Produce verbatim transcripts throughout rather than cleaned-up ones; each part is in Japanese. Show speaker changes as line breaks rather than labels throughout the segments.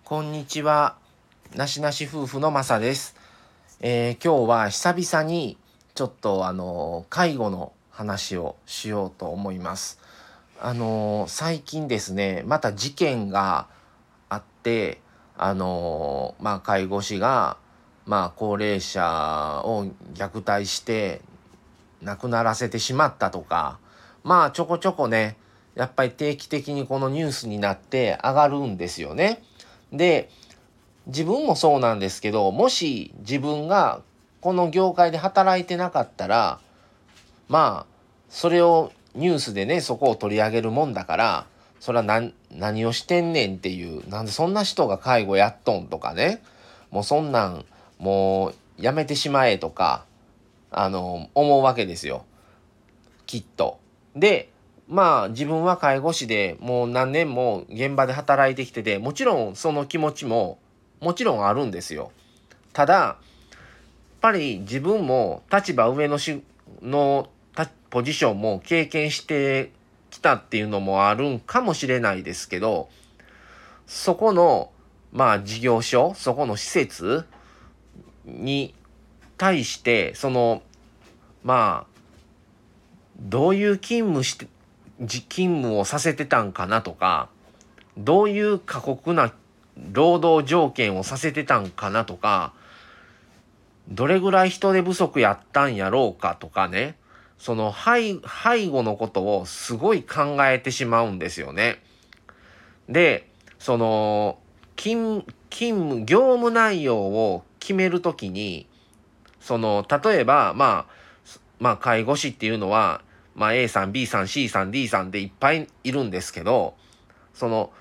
こんにちは。なしなし夫婦のまさです。えー今日は久々にちょっとあの介護の話をしようと思います。あの最近ですね、また事件があって、あのまあ介護士がまあ高齢者を虐待して亡くならせてしまったとか、まあちょこちょこね、やっぱり定期的にこのニュースになって上がるんですよね。で、自分もそうなんですけど、もし自分がこの業界で働いてなかったら、まあそれをニュースでね、そこを取り上げるもんだから、それは何何をしてんねんっていう、なんでそんな人が介護やっとんとかね、もうそんなんもうやめてしまえとかあの思うわけですよ、きっと。で、まあ自分は介護士でもう何年も現場で働いてきてて、もちろんその気持ちももちろんあるんですよ。ただやっぱり自分も立場上のしのポジションも経験してきたっていうのもあるんかもしれないですけど、そこのまあ事業所、そこの施設に対してそのまあどういう勤務して勤務をさせてたんかなとか、どういう過酷な労働条件をさせてたんかなとか、どれぐらい人手不足やったんやろうかとかね、その背背後のことをすごい考えてしまうんですよね。で、その勤勤務業務内容を決めるときに、その例えばまあまあ介護士っていうのは、まあ、A さん B さん C さん D さんでいっぱいいるんですけど、その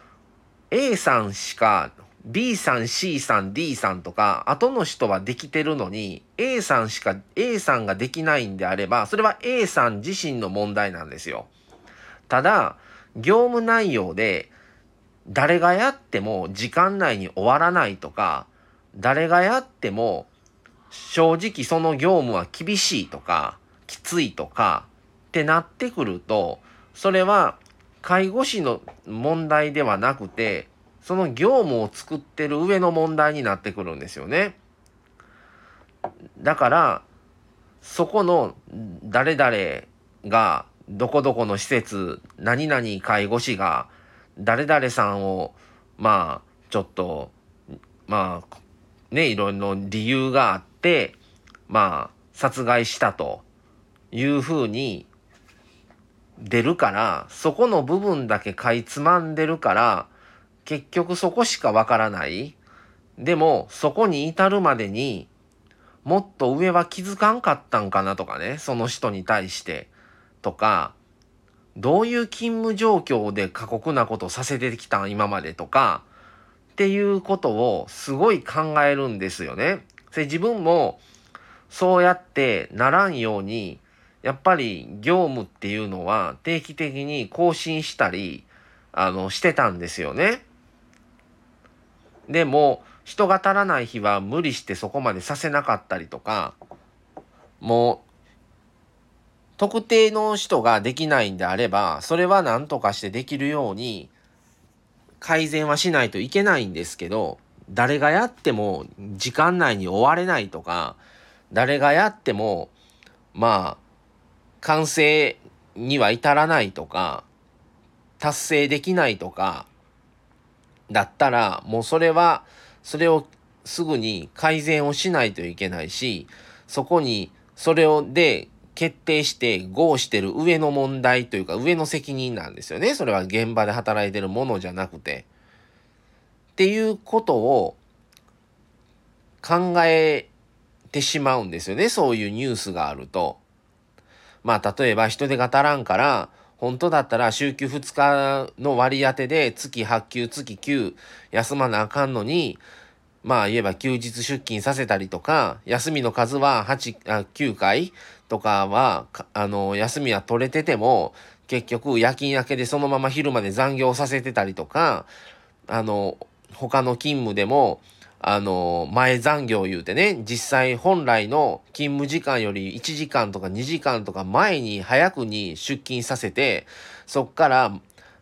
A さんしか B さん C さん D さんとか後の人はできてるのに A さんしか A さんができないんであれば、それは A さん自身の問題なんですよ。ただ業務内容で誰がやっても時間内に終わらないとか、誰がやっても正直その業務は厳しいとかきついとかってなってくると、それは介護士の問題ではなくて、その業務を作ってる上の問題になってくるんですよね。だからそこの誰々がどこどこの施設何々介護士が誰々さんをまあちょっとまあね、いろいろ理由があってまあ殺害したというふうに出るから、そこの部分だけかいつまんでるから結局そこしかわからない。でもそこに至るまでにもっと上は気づかんかったんかなとかね、その人に対してとか、どういう勤務状況で過酷なことをさせてきたん今までとかっていうことをすごい考えるんですよね。で、自分もそうやってならんように、やっぱり業務っていうのは定期的に更新したりあのしてたんですよね。でも人が足らない日は無理してそこまでさせなかったりとか、もう特定の人ができないんであればそれは何とかしてできるように改善はしないといけないんですけど、誰がやっても時間内に終われないとか、誰がやってもまあ完成には至らないとか達成できないとかだったら、もうそれはそれをすぐに改善をしないといけないし、そこにそれをで決定して合してる上の問題というか上の責任なんですよね。それは現場で働いてるものじゃなくてっていうことを考えてしまうんですよね。そういうニュースがあると。まあ例えば人手が足らんから本当だったら週休ふつかの割り当てで月はち休月きゅう休まなあかんのに、まあ言えば休日出勤させたりとか、休みの数ははちあきゅうかいとかはあの休みは取れてても結局夜勤明けでそのまま昼まで残業させてたりとか、あの他の勤務でもあの前残業言うてね、実際本来の勤務時間よりいちじかんとかにじかんとか前に早くに出勤させて、そっから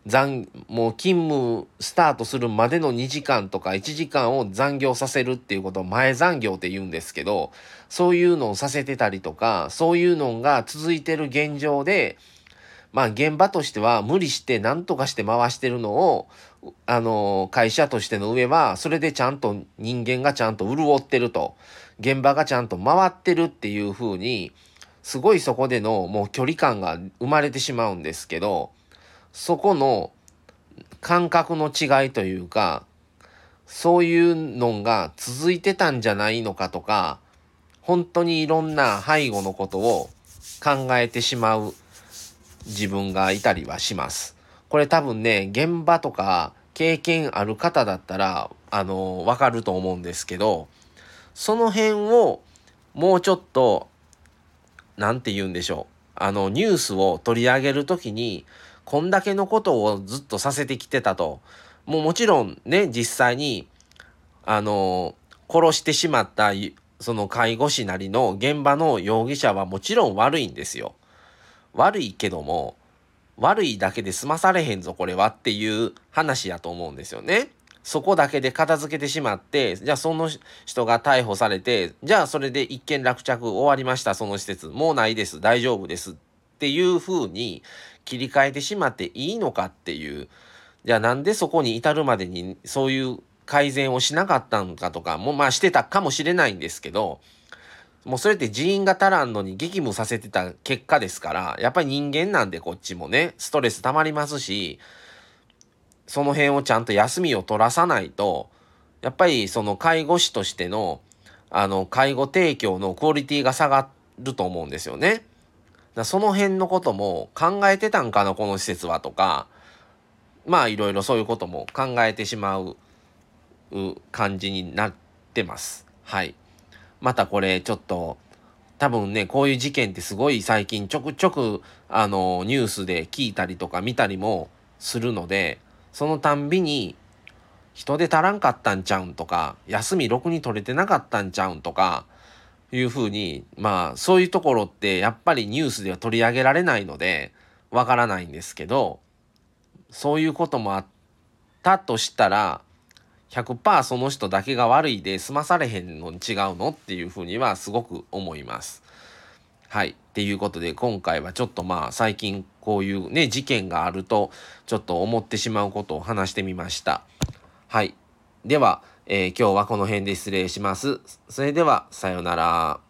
残もう勤務スタートするまでのにじかんとかいちじかんを残業させるっていうことを前残業って言うんですけど、そういうのをさせてたりとか、そういうのが続いてる現状で、まあ現場としては無理して何とかして回してるのを、あの会社としての上はそれでちゃんと人間がちゃんと潤ってると、現場がちゃんと回ってるっていう風に、すごいそこでのもう距離感が生まれてしまうんですけど、そこの感覚の違いというか、そういうのが続いてたんじゃないのかとか、本当にいろんな背後のことを考えてしまう自分がいたりはします。これ多分ね、現場とか経験ある方だったら、あの、わかると思うんですけど、その辺をもうちょっと、なんて言うんでしょう。あの、ニュースを取り上げるときに、こんだけのことをずっとさせてきてたと。もうもちろんね、実際に、あの、殺してしまった、その介護士なりの現場の容疑者はもちろん悪いんですよ。悪いけども、悪いだけで済まされへんぞこれはっていう話やと思うんですよね。そこだけで片付けてしまって、じゃあその人が逮捕されて、じゃあそれで一件落着終わりました、その施設もうないです、大丈夫ですっていう風に切り替えてしまっていいのかっていう、じゃあなんでそこに至るまでにそういう改善をしなかったのかとかも、まあしてたかもしれないんですけど、もうそれって人員が足らんのに激務させてた結果ですから、やっぱり人間なんでこっちもね、ストレス溜まりますし、その辺をちゃんと休みを取らさないと、やっぱりその介護士としての、あの、介護提供のクオリティが下がると思うんですよね。だからその辺のことも考えてたんかな、この施設はとか、まあいろいろそういうことも考えてしまう感じになってます。はい。またこれちょっと多分ね、こういう事件ってすごい最近ちょくちょくあのニュースで聞いたりとか見たりもするので、そのたんびに人手足らんかったんちゃうんとか、休みろくに取れてなかったんちゃうんとかいうふうに、まあそういうところってやっぱりニュースでは取り上げられないのでわからないんですけど、そういうこともあったとしたら、ひゃくパーセントその人だけが悪いで済まされへんのに違うのっていうふうにはすごく思います。はい。っていうことで今回はちょっとまあ最近こういうね事件があるとちょっと思ってしまうことを話してみました。はい。では、えー今日はこの辺で失礼します。それではさようなら。